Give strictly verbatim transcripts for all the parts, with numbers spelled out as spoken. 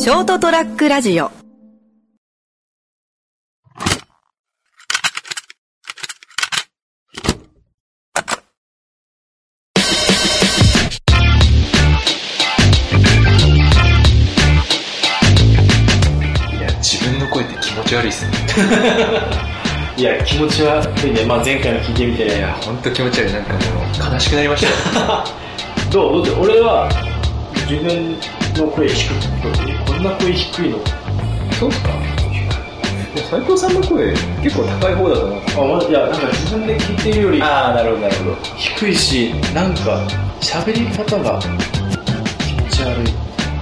ショートトラックラジオ。 自分の声って気持ち悪いっすね。 いや気持ち悪いね、まあ、前回の聞いてみてね。 いやほんと気持ち悪い。なんかもう悲しくなりましたよ。 どう？だって俺は自分の声低く、こんな声低いの？ そうっすか？斉藤さんの声結構高い方だと思うんですよ。 あ、いやなんか自分で聞いてるよりああなるほどなるほど。 低いし、なんか喋り方が気持ち悪い。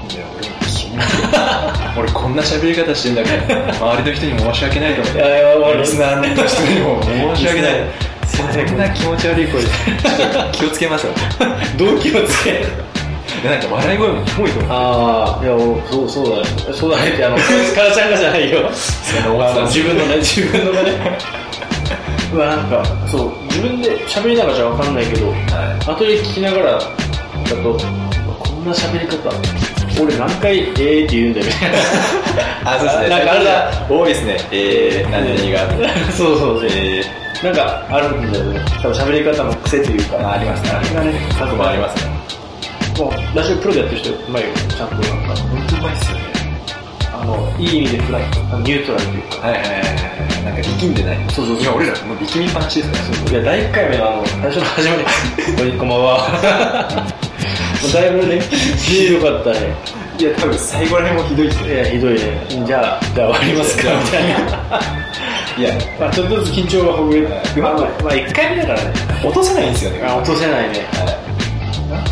俺こんな喋り方してんだから周りの人にも申し訳ないと思って。 いやいやリスナーの人にも申し訳ない。こんな気持ち悪い声で気をつけますよ。 どう気をつける？ なんか笑い声もキモいと思って。 ああ、いやそうそうだね。そうだねってあのからちゃんがじゃないよ。あの自分のね自分のね。うわなんかそう自分で喋りながらじゃわかんないけど、はい、後で聞きながらだとこんな喋り方。俺何回えーって言うんだよね。 あ、そうですね。なんかあれだ多いですね。えー、何々が。 そうそうそう。えー、なんかあるんだよね。多分喋り方の癖というか。 あ、ありますね。あれがね、数もありますね。 もうラジオプロでやってる人うまいよ。ちゃんとなんか本当うまいっすよね。 あのいい意味でフラット、ニュートラルというか。 はいはいはいはい。なんか力んでない。 そうそうそう。 今俺らもう力みっぱなしですからね。 いやだいいっかいめのあの最初の始まり。こんばんは。だいぶねひどかったね。 いや多分最後らへんもひどいっすね。 いやひどいね。じゃあじゃあ終わりますかみたいな。いや、まあ、ちょっとずつ緊張がほぐれる。まあまあいっかいめだからね。 落とせないんですよね。 あ落とせないね。はい、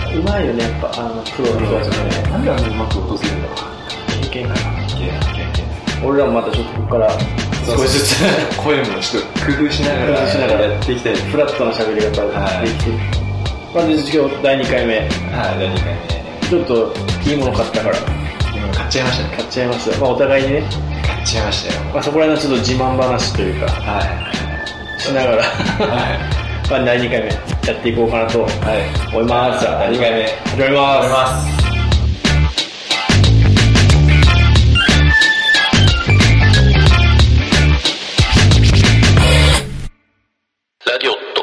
うまいよねやっぱあのプロの人たちね。 なんであんなうまく落とせるんだろう。 経験かな。 経験経験。 俺らもまたちょっとここから少しずつ声もちょっと工夫しながら工夫しながらやっていきたい。フラットな喋り方をできてる。まず今日だいにかいめ。 はい、だいにかいめ。 ちょっといいもの買ったから。 今買っちゃいましたね。 買っちゃいました。まあお互いにね。 買っちゃいましたよ。 まあそこら辺のちょっと自慢話というか。はい。しながら。はい。まあだいにかいめやっていこうかなと。はい。思います。じゃあだいにかいめ始まります。始まります。ラジオット。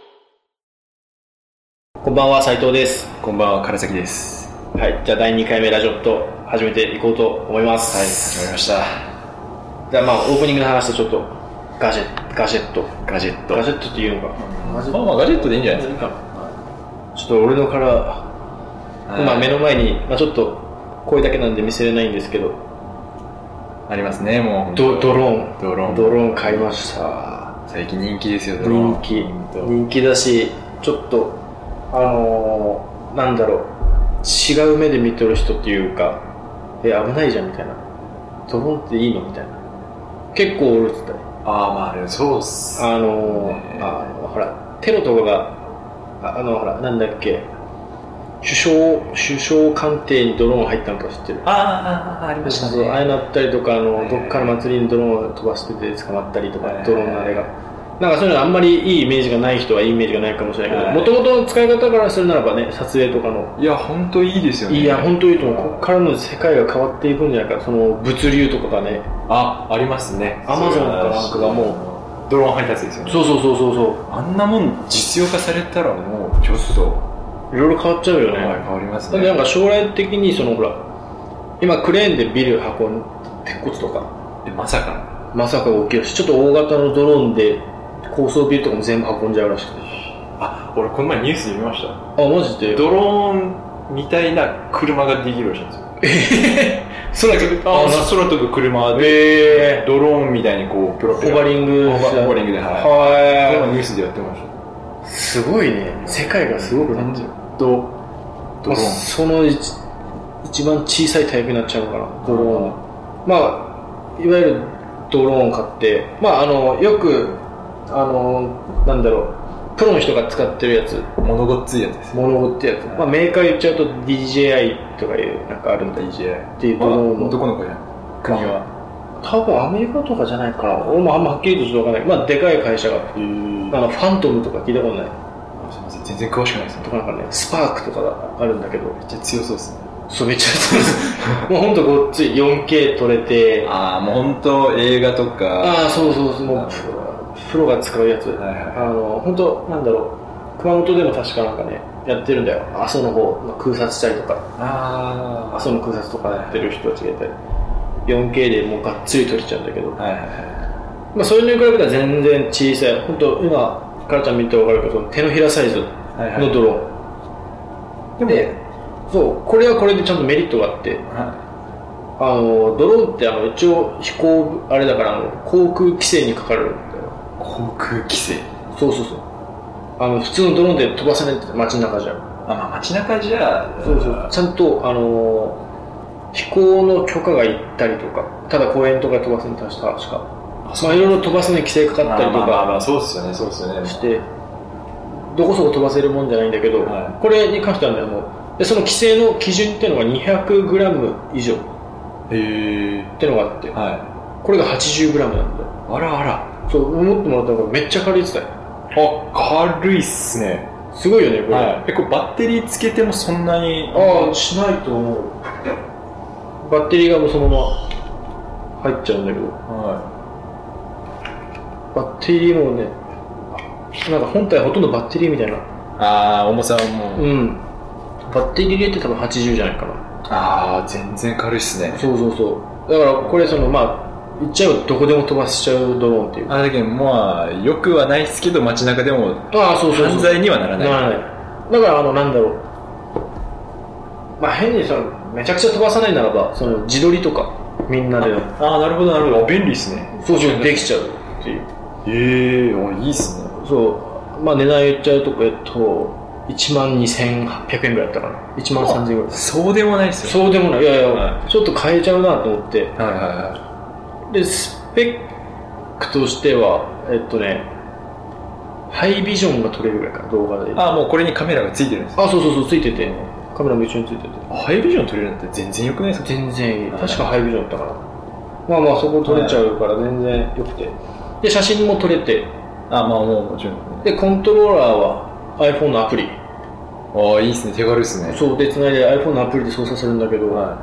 こんばんは斉藤です。 こんばんは唐崎です。 はい、じゃあだいにかいめラジオット始めていこうと思います。 はい、始まりました。 じゃあまあオープニングの話とちょっとガジェガジェットガジェットガジェットっていうのか、 まあまあガジェットでいいんじゃないですか。 ちょっと俺のから今目の前に、まあ、ちょっと声だけなんで見せれないんですけどありますね。もうドドローンドローンドローン買いました。 最近人気ですよ。ドローン人気人気だし、ちょっとあのー、なんだろう違う目で見てる人っていうか、え危ないじゃんみたいな、ドローンっていいのみたいな結構おるって言ったね。 ああまあそうっす。 あのー、あのほらテロとかが あ, あのほらなんだっけ首相首相官邸にドローン入ったのか知ってる？ ああありましたね。 ああいうのあったりとか、あのどっかの祭りにドローンを飛ばしてて捕まったりとか、ドローンのあれがなんかそういうのあんまりいいイメージがない人はいいイメージがないかもしれないけど、もともとの使い方からするならばね、撮影とかのいや本当いいですよね。 いや本当いいと思う。ここからの世界が変わっていくんじゃないか。その物流とかがね、 あありますね。 アマゾンかなんかがもうドローン配達ですよね。 そうそうそうそうそう、 あんなもん実用化されたらもうちょっといろいろ変わっちゃうよね。 はい、変わりますね。 なんか将来的にそのほら今クレーンでビル運ん鉄骨とかえまさかまさか起きるし、ちょっと大型のドローンで高層ビルとかも全部運んじゃうらしくて。 あ、俺この前ニュースで見ました。 あ、マジで？ ドローンみたいな車ができるらしいんですよ。えー、空飛ぶ、あ空飛ぶ車で、えー、ドローンみたいにこうプロペラホバリングホバリングで、はい、はい、このニュースでやってました。 すごいね、世界がすごくなってる。ドローン、その一一番小さいタイプになっちゃうのかな、ドローン。まあいわゆるドローンを買って、まああのよくあのなんだろうプロの人が使ってるやつ、 物ごっついやつです。 物ごってやつ、まあ、メーカー言っちゃうと ディージェーアイ とかいうなんかあるんだ。 ディージェーアイっていうドローンのどこの国は？ 多分アメリカとかじゃないかな。俺もあんまはっきりとして分かんない。まあでかい会社があって、あのファントムとか聞いたことない？ すみません全然詳しくないですね。 とかなんかねスパークとかがあるんだけど、 めっちゃ強そうですね。 そうめっちゃ撮るもうほんとごっつい よんケー 撮れて、 ああもうほんと映画とか、 ああそうそうそう、もうプロが使うやつ、はいはい、あのほんとなんだろう、熊本でも確かなんかねやってるんだよ、阿蘇の方の空撮したりとか、 あ阿蘇の空撮とかやってる人たちがいたり、 よんケー でもうがっつり撮れちゃうんだけど、はいはいはい、まあ、それに比べたら全然小さい、本当今かなちゃん見て分かるけど手のひらサイズのドローン、はいはい、でそうこれはこれでちゃんとメリットがあって、はい、あのドローンってあの一応飛行あれだからあの航空規制にかかるんだよ。 航空規制、 そうそうそう、あの普通のドローンで飛ばせないって街中じゃん。 あ、まあ、街中じゃそうそうちゃんとあの飛行の許可がいったりとか、ただ公園とか飛ばすに対して確かまあいろいろ飛ばすのに規制かかったりとか、 まあまあそうですよね、そうですよね、 してどこそこ飛ばせるもんじゃないんだけど、はい、これに関してはね、もうでその規制の基準っていうのが にひゃくグラム 以上っていうのがあって、はい、これが はちじゅうグラム なんだよ。 あらあら、 そう思ってもらったらめっちゃ軽いっつったよ。 あ、軽いっすね。 すごいよねこれ、はい、 えこれバッテリーつけてもそんなにああしないと思う。バッテリーがもうそのまま入っちゃうんだけど、はい、バッテリーもねなんか本体ほとんどバッテリーみたいな、 ああ重さはもう、うん、 バッテリー入れて多分はちじゅうじゃないかな。 ああ全然軽いっすね。 そうそうそう、だからこれそのまあ言っちゃえばどこでも飛ばしちゃうドローンっていう。 あだけどまあよくはないですけど街中でもあそうそうそう犯罪にはならない。 ならない。だからあのなんだろう、まあ変にそのめちゃくちゃ飛ばさないならばその自撮りとかみんなで、 ああなるほどなるほど、便利っすね。 そうそうできちゃうっていう。 ええー、いいっすね。 そうまあ値段言っちゃうとえっといちまんにせんはっぴゃくえんぐらいだったかな。いちまんさんぜんえんぐらい。 そうでもないっすよ。そうでもない。いやいや、はい、ちょっと変えちゃうなと思って。はいはいはい。でスペックとしてはえっとねハイビジョンが撮れるぐらいか動画で。 ああもうこれにカメラがついてるんですか。 あそうそうそうついてて、カメラも一緒についてて。 ハイビジョン撮れるなんて全然良くないですか。 全然いい。確かハイビジョンだったから。まあまあそこ撮れちゃうから全然良くて。で写真も撮れて。 あまあもうもちろん。 でコントローラーは iPhone のアプリ。 ああいいですね、手軽ですね。 そうでつないで iPhone のアプリで操作するんだけど、はい、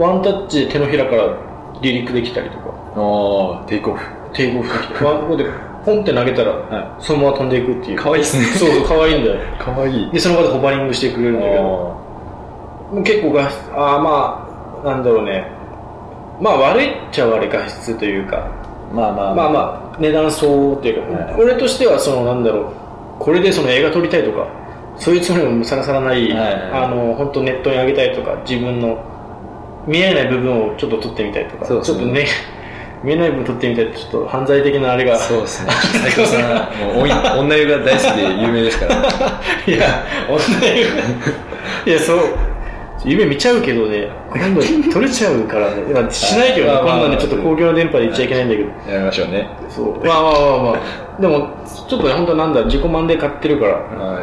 ワンタッチで手のひらから離陸できたりとか。 ああテイクオフ。 テイクオフできて。ワンコでポンって投げたら、はい、そのまま飛んでいくっていう。 可愛いですね。 そうそう可愛いんだよ。 可愛い。 でその場でホバリングしてくれるんだけど。結構画質ああまあなんだろうね、まあ悪いっちゃ悪い画質というか、まあまあまあまあ値段相応っていうか、はい、俺としてはそのなんだろう、これでその映画撮りたいとかそういうつもりもさらさらない、はいはい、あの本当ネットに上げたいとか自分の見えない部分をちょっと撮ってみたいとか、そうですね、ちょっとね見えない部分撮ってみたいとちょっと犯罪的なあれが。そうですね。斉藤さんもう女優が大好きで有名ですから。いや女優いやそう夢見ちゃうけどね、今度撮れちゃうからね。今しないけどね、こんなんでちょっと公共の電波で言っちゃいけないんだけど。 やめましょうね。 そう。まあまあまあまあ。でも、ちょっとね、本当なんだ、自己満で買ってるから。はい。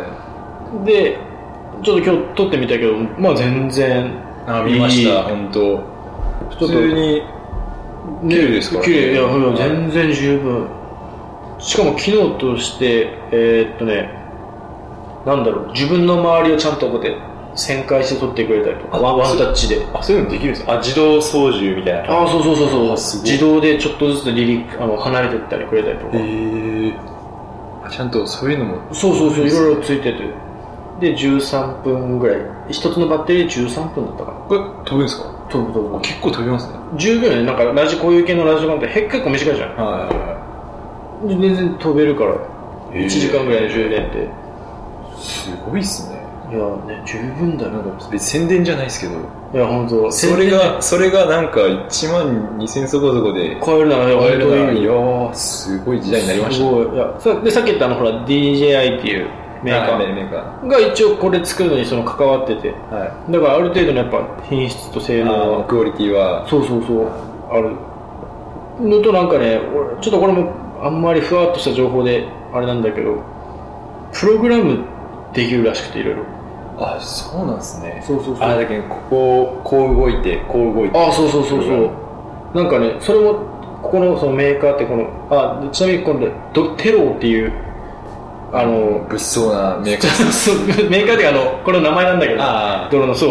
で、ちょっと今日撮ってみたけど、まあ全然。 あ、見ました、本当。普通に、綺麗ですからね。綺麗、いや、 全然十分。しかも機能として、えー、っとね、なんだろう、自分の周りをちゃんとこうやって、旋回して撮ってくれたりとか、ワンタッチで。 あ、そういうのできるんですか。あ、自動操縦みたいな。 あ、そうそうそうそう。自動でちょっとずつ離陸、あの離れていったりくれたりとか。へー。あ、ちゃんとそういうのも。 そうそうそう、いろいろついてて。で、じゅうさんぷんぐらい。一つのバッテリーでじゅうさんぷんだったかな。 これ、飛ぶんですか。 飛ぶ飛ぶ。 結構飛びますね。 じゅうびょうね、なんかラジ、こういう系のラジオ版って結構短いじゃん。はいはいはい。全然飛べるから。いちじかんぐらいの充電って。 すごいっすね。 いやね、十分だよ。 なんか別に宣伝じゃないですけど。 いや、本当。 それが、それがなんかいちまんにせんそこそこで。 買えるなら、 買えるなら、いやー、すごい時代になりましたね。 すごい。いや、さで、さっき言ったあの、ほら、ディージェーアイ っていうメーカー。メーカー。が一応これ作るのにその関わってて。はい。だからある程度のやっぱ品質と性能。 クオリティは。 そうそうそう。ある。のとなんかね、俺、ちょっとこれもあんまりふわっとした情報で、あれなんだけど、プログラムできるらしくていろいろ。 あ、そうなんですね。 そうそうそう。 あ、だけどこここう動いてこう動いて。 あ、そうそうそうそう。なんかね、それもここのそのメーカーってこのあちなみに今度ドテローっていうあの物騒なメーカー。 そうメーカーってあのこの名前なんだけど、ドロのそう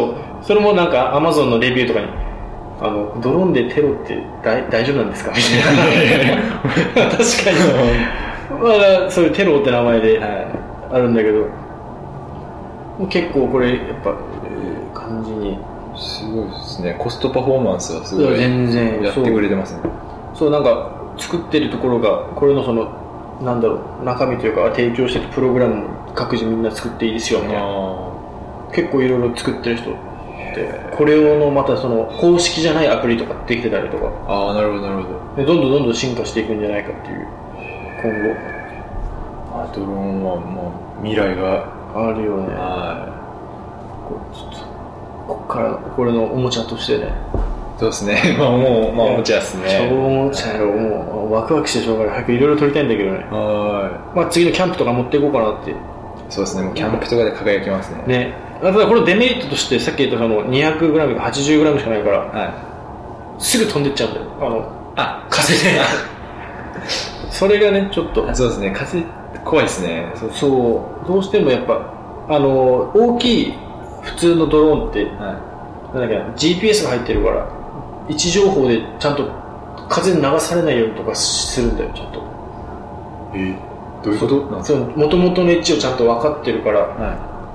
それもなんか Amazon のレビューとかにあのドローンでテロって大大丈夫なんですかみたいな確かにまあそういうテロって名前であるんだけど、結構これやっぱ感じにすごいですね。コストパフォーマンスはすごい全然やってくれてますね。 そう、なんか作ってるところがこれのそのなんだろう中身というか提供してるプログラムも各自みんな作っていいですよみたいな、結構いろいろ作ってる人で、これ用のまたその公式じゃないアプリとかできてたりとか、 ああなるほどなるほど。 でどんどんどんどん進化していくんじゃないかっていう今後、 あドローンはもう未来があるよね。 はい。 これちょっとこっからこれのおもちゃとしてね。 そうですね。まあもうまあおもちゃですね。 超おもちゃよ、もうワクワクしてしょうがない。早くいろいろ撮りたいんだけどね。 はい。 まあ次のキャンプとか持っていこうかなって。 そうですね。もうキャンプとかで輝きますね。 ね。ただこれデメリットとしてさっき言ったその にひゃくグラム か はちじゅうグラム しかないから、はい、すぐ飛んでっちゃうんだよ。あのあ風で。それがねちょっと。 そうですね。風怖いですね。 そうそうどうしてもやっぱあの大きい普通のドローンって、はい、なんだっけな ジーピーエス が入ってるから位置情報でちゃんと風に流されないようにとかするんだよちゃんと。 えー、どういうことなんですか？ もともとの位置をちゃんと分かってるから、はい、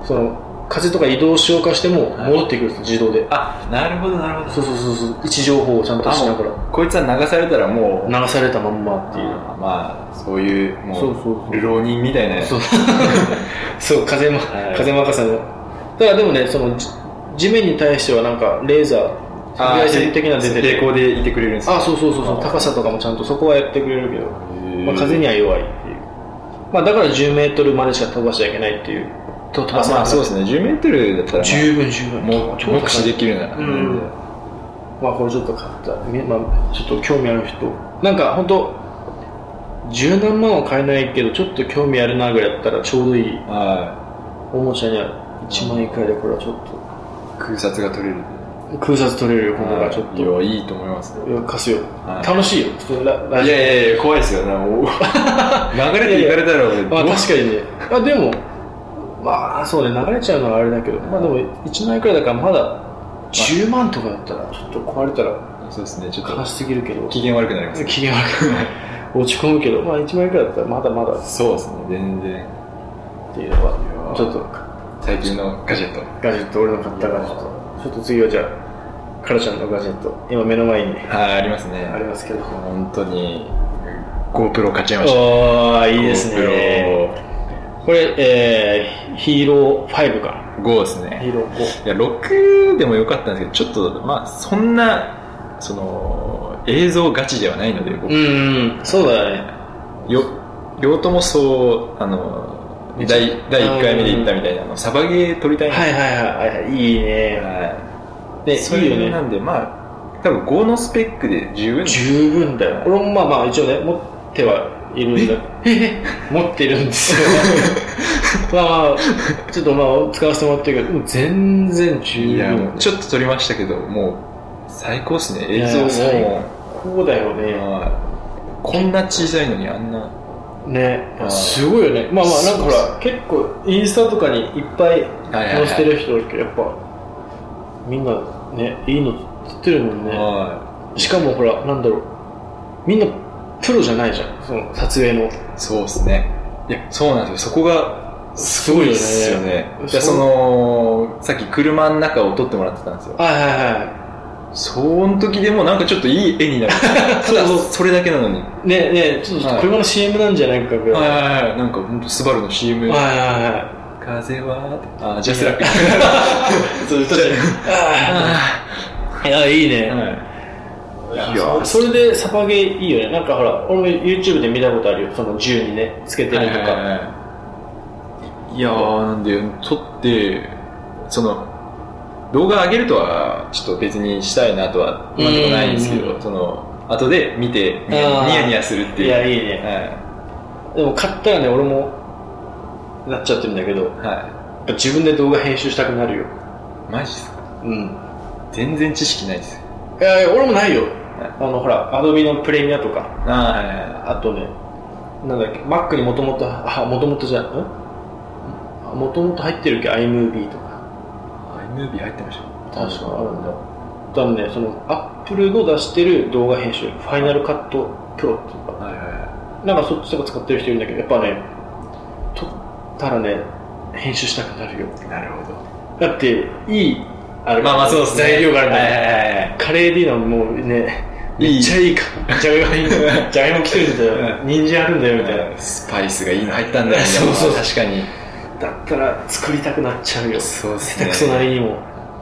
その風とか移動しようかしても戻ってくるんです、はい、自動で。 あ、なるほどなるほど。 そうそうそうそう位置情報をちゃんとしながら。 こいつは流されたらもう流されたまんまっていう。 あまあそういうもうそうそうそう流浪人みたいなやつ。 そうそう風も、はい、風任せの。ただでもねその地面に対してはなんかレーザー赤外線的な出てる抵抗でいてくれるんですか？ あそうそうそうそう高さとかもちゃんとそこはやってくれるけど、まあ、風には弱いっていう、まあ、だからじゅうメートルまでしか飛ばしちゃいけないっていう飛ばさなそうですねじゅうメートルだったら、まあ、 十分十分もう目視できるなら、うん、 まあこれちょっと買った、まあ、ちょっと興味ある人なんか本当十何万は買えないけどちょっと興味あるなぐらいだったらちょうどいい、はい、おもちゃにはいちまん円くらいでこれはちょっと空撮が撮れる空撮撮れるよここがちょっといやいいと思いますね。 いや貸すよ、はい、楽しいよいやいやいや怖いですよね流れていかれたら俺まあ確かにねあでもまあそうね流れちゃうのはあれだけどまあでもいちまん円くらいだからまだじゅうまんとかだったらちょっと壊れたらそうですねちょっと悲しすぎるけど機嫌悪くなります、ね、 機嫌悪くなる落ち込むけどまあいちまん円くらいだったらまだまだそうですね全然っていうのはちょっと最近のガジェットガジェット俺の買ったガジェットちょっと次はじゃあカラちゃんのガジェット今目の前にはいありますねありますけど本当に GoPro 買っちゃいましたおーいいですねこれ、えー、ヒーローごかごですねヒーローごいやろくでもよかったんですけどちょっとまあそんなその映像ガチではないので僕うんそうだねよ両ともそうあの第いっかいめで行ったみたいなのサバゲー撮りたいんですよはいはいはいいいねはいでそういうなんでまあ多分ごのスペックで十分十分だよ俺もまあまあ一応ね持ってはいるんだ持ってるんですよまあまあちょっとまあ使わせてもらってるけど全然十分いやもうちょっと撮りましたけどもう最高っすね映像も最高だよねこんな小さいのにあんなねすごいよねまあまあなんかほら結構インスタとかにいっぱい載せてる人いるけどやっぱみんなねいいの撮ってるもんねしかもほらなんだろうみんなプロじゃないじゃんその撮影のそうですねいやそうなんですよそこがすごいですよねいやそのさっき車の中を撮ってもらってたんですよはいはいはいその時でもなんかちょっといい絵になるただそれだけなのにねえねえちょっと車の シーエム なんじゃないかぐらいはいはいはいなんか本当スバルの シーエムはいはいはい風はあジャスラックそう歌っちゃういやいいね、はい、いやそれでサバゲーいいよねなんかほら俺も YouTube で見たことあるよその銃にねつけてるとか、はいはいはい、 いやーなんで撮ってその動画上げるとはちょっと別にしたいなとは今のところないんですけどその後で見てニヤニヤニヤするっていういやいいね、はい、でも買ったらね俺もなっちゃってるんだけど、はい、自分で動画編集したくなるよマジっすかうん全然知識ないですいやいや俺もないよ、はい、あのほらアドビのプレミアとかあ、はいはい、 あとねなんだっけ Mac にもともとあもともとじゃんもともと入ってるっけ iMovie とかムービー入ってました。 確かあるんだ。多分ね、そのアップルの出してる動画編集、ファイナルカットプロっていうか、はいはいはい、なんかそっちとか使ってる人いるんだけど、やっぱね、撮ったらね、編集したくなるよ。 なるほど。 だっていいあれ、 まあまあそうですね、 材料があるんだよ、 はいはいはい、 カレーディナーもね、めっちゃいいか、じゃがいもじゃがいも来てるんだよ、人参あるんだよみたいな、 スパイスがいいの入ったんだよね。 そうそう、 確かに。 だったら作りたくなっちゃうよ。 そうですね。 下手くそなりにも。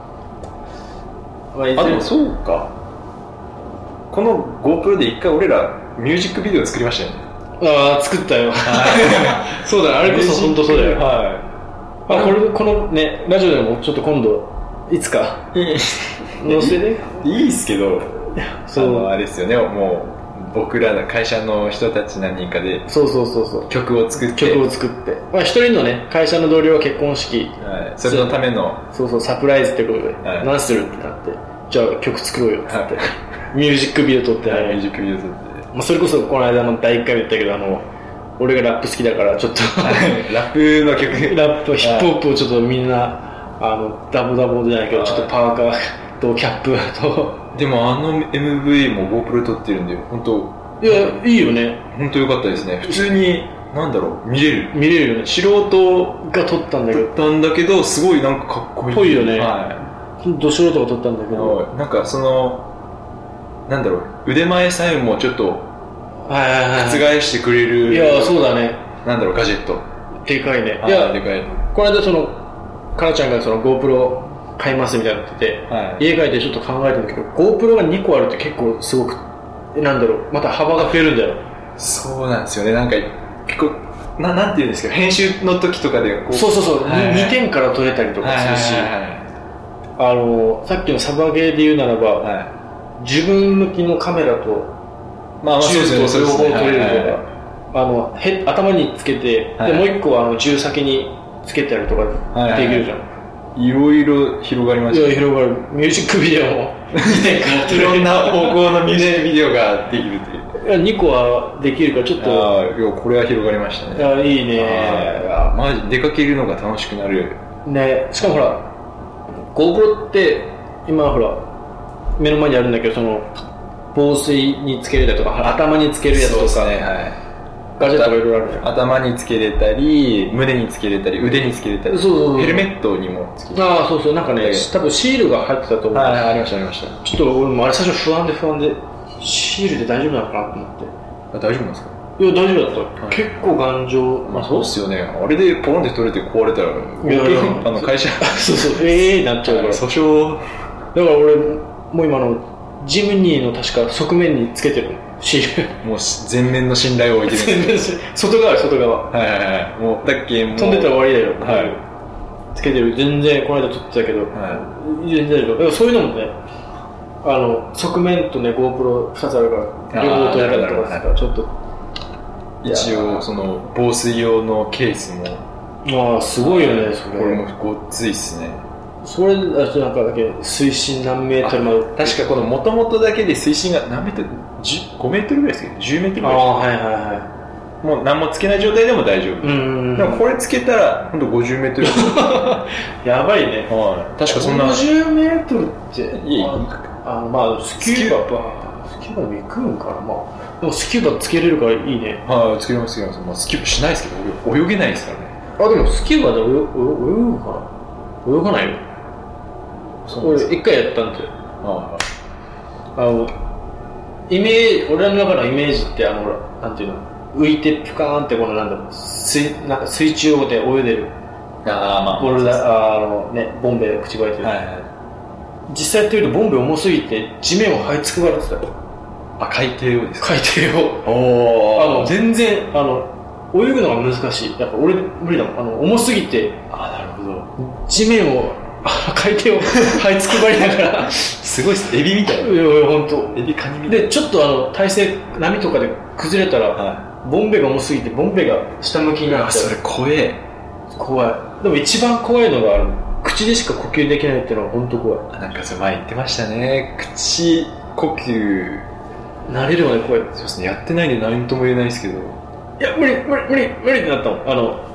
まあ、あでもそうか。この GoPro で一回俺らミュージックビデオ作りましたよね。 ああ、作ったよ。そうだね、あれこそ本当そうだよ。はい。まあ、これこのねラジオでもちょっと今度いつか載せていいっすけど、そう、あのあれですよね、もう僕らの会社の人たち何人かでそうそうそうそう曲を作って曲を作って、まあ、一人のね会社の同僚は結婚式、 はい、それのためのそうそうサプライズってことで、はい、何するってなって、じゃあ曲作ろうよってって、はい、ミュージックビデオ撮って、はい、 ミュージックビデオ撮って、 まあ、それこそこの間のだいいっかいめ言ったけど、あの俺がラップ好きだからちょっとラップの曲ラップヒップホップをちょっとみんなあのダボダボじゃないけどちょっとパーカーとキャップとでもあの エムブイ も GoPro 撮ってるんで本当いやいいよね、 本当良かったですね。普通になんだろう見れる見れるよね。素人が撮ったんだけど撮ったんだけどすごいなんかかっこいいぽいよね、 はい、 ど素人が撮ったんだけどなんかそのなんだろう腕前さえもちょっと覆してくれる、 いやそうだね、 なんだろうガジェットでかいね。 いやでかい。 この間そのかなちゃんがその GoPro 買いますみたいなのってて、はい、家帰ってちょっと考えたんだけど GoPro がにこあるって結構すごくなんだろうまた幅が増えるんだよ。 そうなんですよね。なんか結構ななんていうんですか、編集の時とかでこうそうそうそう、はいはい、にてんから撮れたりとかするし、はいはいはい、あのさっきのサバゲーで言うならば、はい、自分向きのカメラとまあまあそうですね、 両方撮れるとか、はいはいはい、あのへ頭につけて、はい、でもう一個はあの銃先につけたりとかできるじゃん、はいはいはい、 いろいろ広がりましたね。 いや広がる。ミュージックビデオもいろんな方向のミュージックビデオができるっていう。 いやにこはできるからちょっとあいやこれは広がりましたね。 いやいいね。 あマジ出かけるのが楽しくなるね。しかもほら GoPro って今ほら目の前にあるんだけど、その防水につけれたりとか頭につけるやつとか、ね、はい、ガジェットがいろいろあるじゃん。 頭につけれたり胸につけれたり腕につけれたり、そうそうそう、ヘルメットにもつけれたり。 ああそうそう、なんかね多分シールが入ってたと思う。 はい、ありましたありました。 ちょっと俺もあれ最初不安で不安でシールで大丈夫なのかなと思って。 あ大丈夫なんですか。 いや大丈夫だった、はい、結構頑丈。 まあそうっすよね。あれでポロンで取れて壊れたらいやいやあの会社そうそうええー、なっちゃうから訴訟だから俺もう今のジムニーの確か側面につけてるシール。 もう全面の信頼を置いてるんです外側外側はいはいはい。もうだっけもう飛んでたら終わりだよ、 はい、 つけてる。全然この間撮ってたけど、はい、全然大丈夫。だからそういうのもねあの側面とね GoPro ふたつあるから両方撮れたりとかちょっと一応その防水用のケースもああすごいよね。それこれもごっついっすね。 それだとなんかだけ水深何メートルまで、 確かこの元々だけで水深が何メートルごメートルぐらいですけどじゅうメートルぐらいです。 ああはいはいはい。 もう何もつけない状態でも大丈夫。うんうん、でもこれつけたらほんとごじゅうメートルやばいね。 はい、確かそんなごじゅうメートルっていいあのまあスキューバスキューバでも行くんかな。まあでもスキューバつけれるからいいね。 はい、つけれますつけれます。まあ、スキューバしないですけど泳げないですからね。 あでもスキューバで泳ぐかな。泳がないよ。俺一回やったんですよ。ああのイメージ俺の中のイメージってあのなんていうの浮いてピカーンってこのなんだろう水なんか水中で泳いでるあ、まあ、 ボルダああのねボンベ口が開いてる、はいはい、実際やってみるとボンベ重すぎて地面を這いつくばれてたよ。 あ海底をですか。 海底をおあの全然あの泳ぐのが難しい。やっぱ俺無理だもん。あの重すぎてあなるほど地面を海底を這いつくばりながらすごいっすエビみたいな。 いやいや本当エビカニみたいな。 でちょっとあの体勢波とかで崩れたら、はい、ボンベが重すぎてボンベが下向きになっちゃう。 それ怖え。 怖い。でも一番怖いのがある口でしか呼吸できないっていうのは本当怖い。 なんかそれ前言ってましたね。口呼吸慣れるまで怖い。 そうですね。やってないんで何とも言えないですけど。 いや無理無理無理無理ってなったもん。あの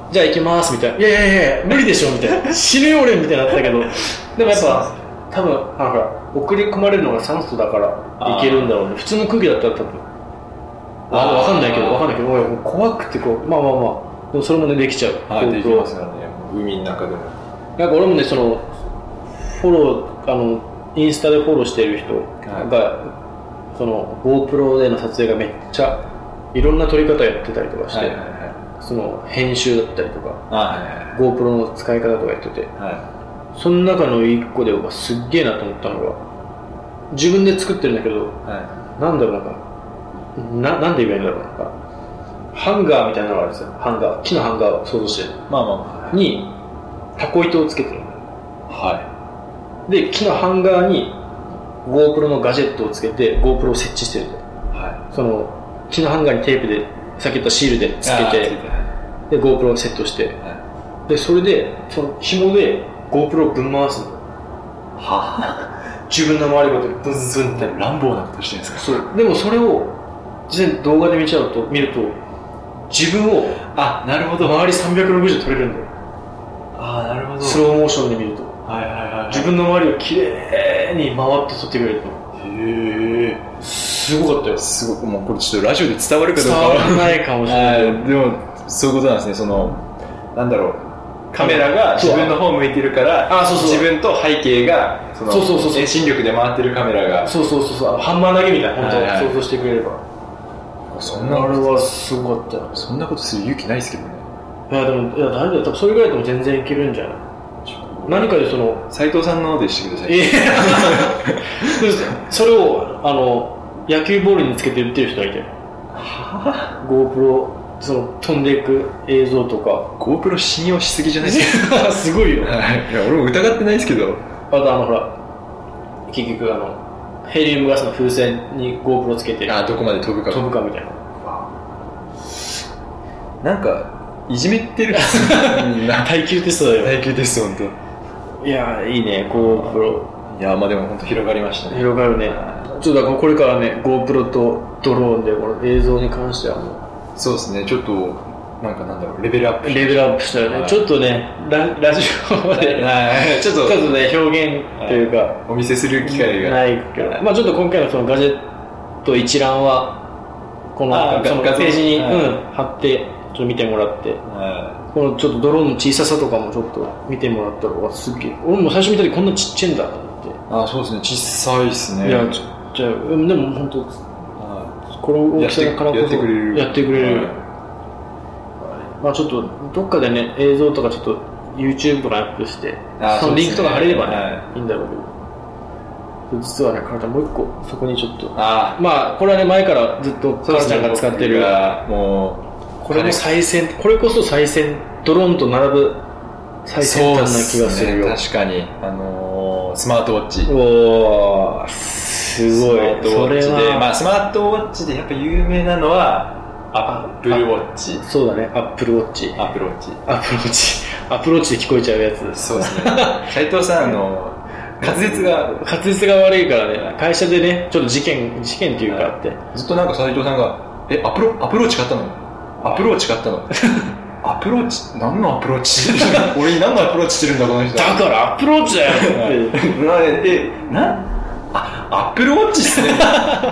じゃあ行きますみたいな、いやいやいや無理でしょみたいな、死ぬよ俺みたいになったけど、でもやっぱ多分あのほら送り込まれるのが酸素だからいけるんだろうね。普通の空気だったら多分わ分かんないけど分かんないけどもう怖くてこうまあまあまあでもそれもねできちゃう。 はいできますよね。海の中でもなんか俺もねそのフォローあのインスタでフォローしている人が、はい、その GoPro での撮影がめっちゃいろんな撮り方やってたりとかして、はいはいはい、その編集だったりとか、はいはいはい、GoPro の使い方とかやってて、はい、その中の一個で僕はすっげえなと思ったのが自分で作ってるんだけど、はい、なんだろうなんかな, なんで言えばいいんだろうなんかハンガーみたいなのがあるんですよ。ハンガー木のハンガーを想像してまあまあまあにタコ糸をつけてる。はいで木のハンガーに GoPro のガジェットをつけて GoPro を設置してる、はい、その木のハンガーにテープでさっき言ったシールでつけてで GoPro をセットして、はい、でそれでその紐で GoPro をぶん回すの。は自分の周りごとにブンブンって乱暴なことしてるんですか。 そうでもそれを実際動画で見ちゃうと見ると自分をあなるほど周りさんびゃくろくじゅう撮れるんだよ。 あなるほどスローモーションで見ると、はいはいはいはい、自分の周りをきれいに回って撮ってくれると。へえすごかったよ。 すごくもうこれちょっとラジオで伝わるかどうか伝わらないかもしれないでもそういうことなんですね。そのなんだろうカメラが自分の方向いてるからあそうそう自分と背景がその遠心力で回ってるカメラがそうそうそうそうハンマー投げみたいな本当、はいはい、想像してくれればそんなあれはすごかったよ。 そんなことする勇気ないですけどね。 いやでもいや大丈夫だ多分それぐらいでも全然いけるんじゃない。何かでその斉藤さんのでしてください。 それをあの野球ボールにつけて打ってる人がいてGoPro その飛んでいく映像とか GoPro 信用しすぎじゃないですか。 すごいよ。いや俺も疑ってないですけどあとあのほら結局あのヘリウムガスの風船に GoPro つけてあどこまで飛ぶか飛ぶかみたいななんかいじめてるみんな耐久テストだよ。 耐久テスト本当。いやいいね GoPro。 いやまあでも本当広がりましたね。 広がるね。ちょっとだからこれからね GoPro とドローンでこの映像に関してはもうそうですねちょっとなんかなんだろうレベルアップレベルアップしたよね、はい、ちょっとね ラ, ラジオで、はい、ちょっとちょっとね表現というか、はい、 お見せする機会がないけど、まあちょっと今回のそのガジェット一覧はこのそのページに、はいうん、貼ってちょっと見てもらって、はい、このちょっとドローンの小ささとかもちょっと見てもらったらすっげえ俺も最初見た時こんなちっちゃいんだと思ってあそうですね小さいですね。 いやちっちゃいでも本当この大きさからこそやってくれるやってくれる、はい、まあちょっとどっかでね映像とかちょっと YouTube とかアップしてそのリンクとか貼れればね、はい、いいんだろうけど実はねカラちゃんもう一個そこにちょっとあまあこれはね前からずっとカラちゃんが使ってるもうこれも最先これこそ最先ドローンと並ぶ最先端な気がするよ、 ね、確かにあのー、スマートウォッチおーすごい。 それは、まあ、スマートウォッチでやっぱ有名なのはアップルウォッチ。 そうだね、アップルウォッチ。 アップルウォッチ。 アップルウォッチ。アップルウォッチで聞こえちゃうやつ。 そうですね。斉藤さん、あの、滑舌が。 滑舌が悪いからね、会社でね、ちょっと事件、事件っていうかあって。 ずっとなんか斉藤さんが、え、アップロ、アップルウォッチ買ったのアップルウォッチ買ったのアップローチ何のアップローチ俺に何のアップローチしてるんだこの人だからアップローチだよってえ、なあ、アップルウォッチっすねいや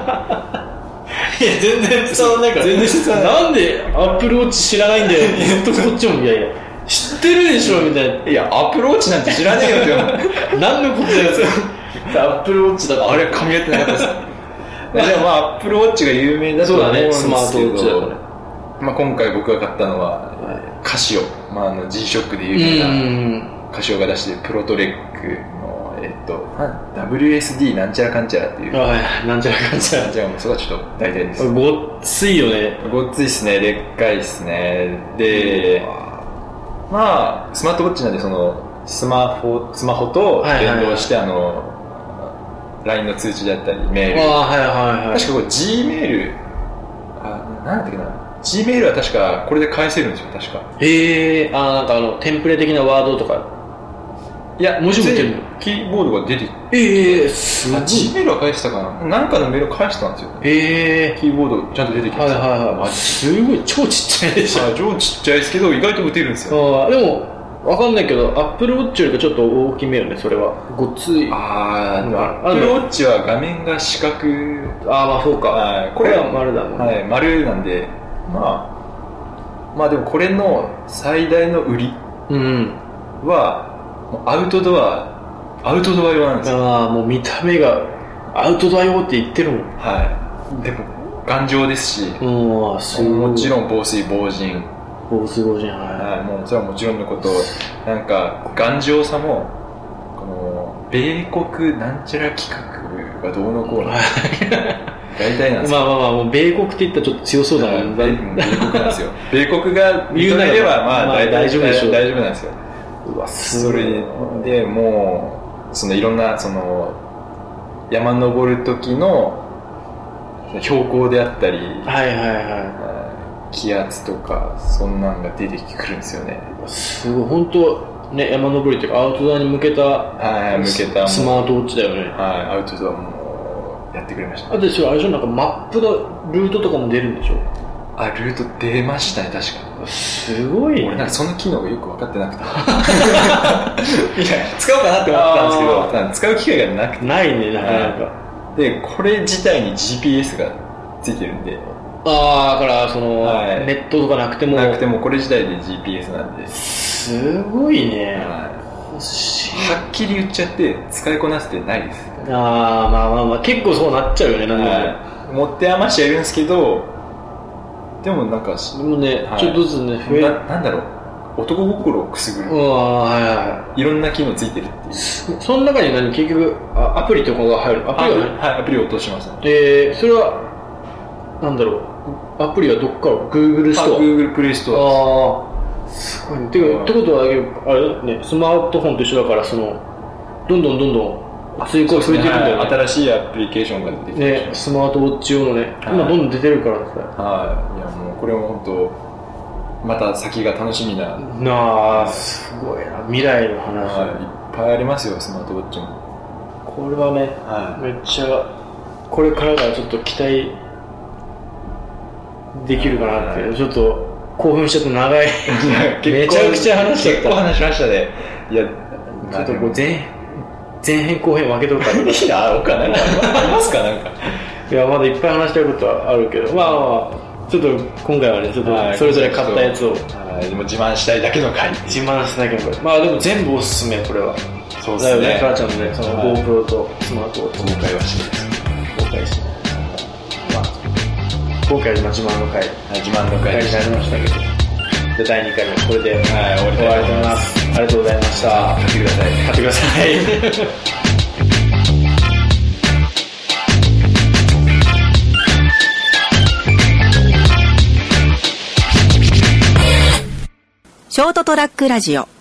全然伝わんないから全然伝わんないなんでアップルウォッチ知らないんだよずっとこっちもいやいや知ってるでしょみたいないやアップルウォッチなんて知らねえよって何のことだよアップルウォッチだからあれ噛み合ってなかったですでもまあアップルウォッチが有名だと思うんですけど、 そうだね、スマートウォッチだからねまあ、今回僕が買ったのは、はい、カシオ、まあ、あの G ショックで有名なカシオが出しているプロトレックの、えっと、ダブリューエスディー なんちゃらかんちゃらっていうああなんちゃらかんちゃらじゃあもうそこはちょっと大体ですごっついよねごっついっすねでっかいっすねでまあスマートウォッチなんでそのスマホスマホと連動して、はいはいはい、あの ライン の通知だったりメールあ、はいはいはい、 確かこれ G メールあなんだっけなG メールは確かこれで返せるんですよ確かへえー、あなんかあのテンプレ的なワードとかいや文字も普キーボードが出てきて、 ええー、すごい。 G メールは返したかな、なんかのメールを返したんですよ。 ええー、 キーボードちゃんと出てきて、 はいはいはい、すごい超ちっちゃいでしょ。 超ちっちゃいですけど意外と打てるんですよ。 あでもわかんないけど、アップルウォッチよりかちょっと大きめよね、それは。ごっつい。 ああ、アップルウォッチは画面が四角。 ああ、まあそうか。 はい、 これは丸だもんね。 はい、丸なんで、まあ、まあでもこれの最大の売りは、うん、アウトドア、アウトドア用なんですよ。 ああ、もう見た目がアウトドア用って言ってるもん。 はい。でも、頑丈ですし、 うん、すごい。 もちろん防水、防塵。 防水防塵、はい。 はい、もうそれはもちろんのこと、なんか頑丈さもこの米国なんちゃら企画がどうのこうの大体なんですよ。 まあまあまあ、もう米国って言ったらちょっと強そうだもんね。 米国なんですよ。米国が認めればまあ大大丈夫でしょう。大丈夫なんですよ。 うわ、 それでもうそのいろんなその山登る時の標高であったり、 はいはいはい。 気圧とかそんなんが出てくるんですよね。 すごい本当ね、山登りというかアウトドアに向けた、 はい、向けたスマートウォッチだよね。 はい、アウトドアもやってくれました。 あとあれでしょ、なんかマップのルートとかも出るんでしょ。 あ、ルート出ましたね、確かに。 すごい、ね、 俺なんかその機能がよく分かってなくていや使おうかなって思ったんですけど、使う機会がなくて。 ないね、なかなか。 でこれ自体に ジーピーエス がついてるんで、 ああ、だからその、はい、ネットとかなくてもなくてもこれ自体で ジーピーエス なんで、 すごいね、はい、 はっきり言っちゃって使いこなせてないです。 ああ、まあまあまあ結構そうなっちゃうよね、なんでも、はい、 持って余してやるんですけど、でもなんかでもね、はい、ちょっとずつね増えな、なんだろう、男心をくすぐる、 うわ、はいはい、 いろんな機能ついてるっていう。 その中に何結局あアプリとかが入る、アプリは、ね、 はい、アプリを落とします、ね、 えー、それはなんだろう、アプリはどっから Google ストア、 Google プレイストア、ああ、すごいね。てか、ってことはあれね、スマートフォンと一緒だから、そのどんどんどんどん追加増えていくんだよね。 新しいアプリケーションが出てきて、 ね、スマートウォッチ用のね、今どんどん出てるからさ。 はい、いやもうこれも本当また先が楽しみな。 なあ、すごいな、未来の話、 はい、いっぱいありますよ、スマートウォッチも。 これはね、はい、めっちゃこれからがちょっと期待できるかなっていう、はい、ちょっと興奮しちゃって長いめちゃくちゃ話しちゃった。 結構話しましたね。いや、 ちょっとこう前前編後編分けとくからいや、他何かありますか、なんかいや、まだいっぱい話したいことはあるけど、まあまあちょっと今回はね、ちょっとそれぞれ買ったやつを、はい、 でも自慢したいだけの回、 自慢したいだけの回、まあでも全部おすすめ、これは。 そうですね、 母ちゃんのね、その GoPro とスマートウォッチ公開はしないです。 公開しない、まあ今回は自慢の回、 自慢の回になりましたけど、でだいにかいめこれで、はい、終わりたいと思います。ありがとうございました。 買ってください、 買ってくださいショートトラックラジオ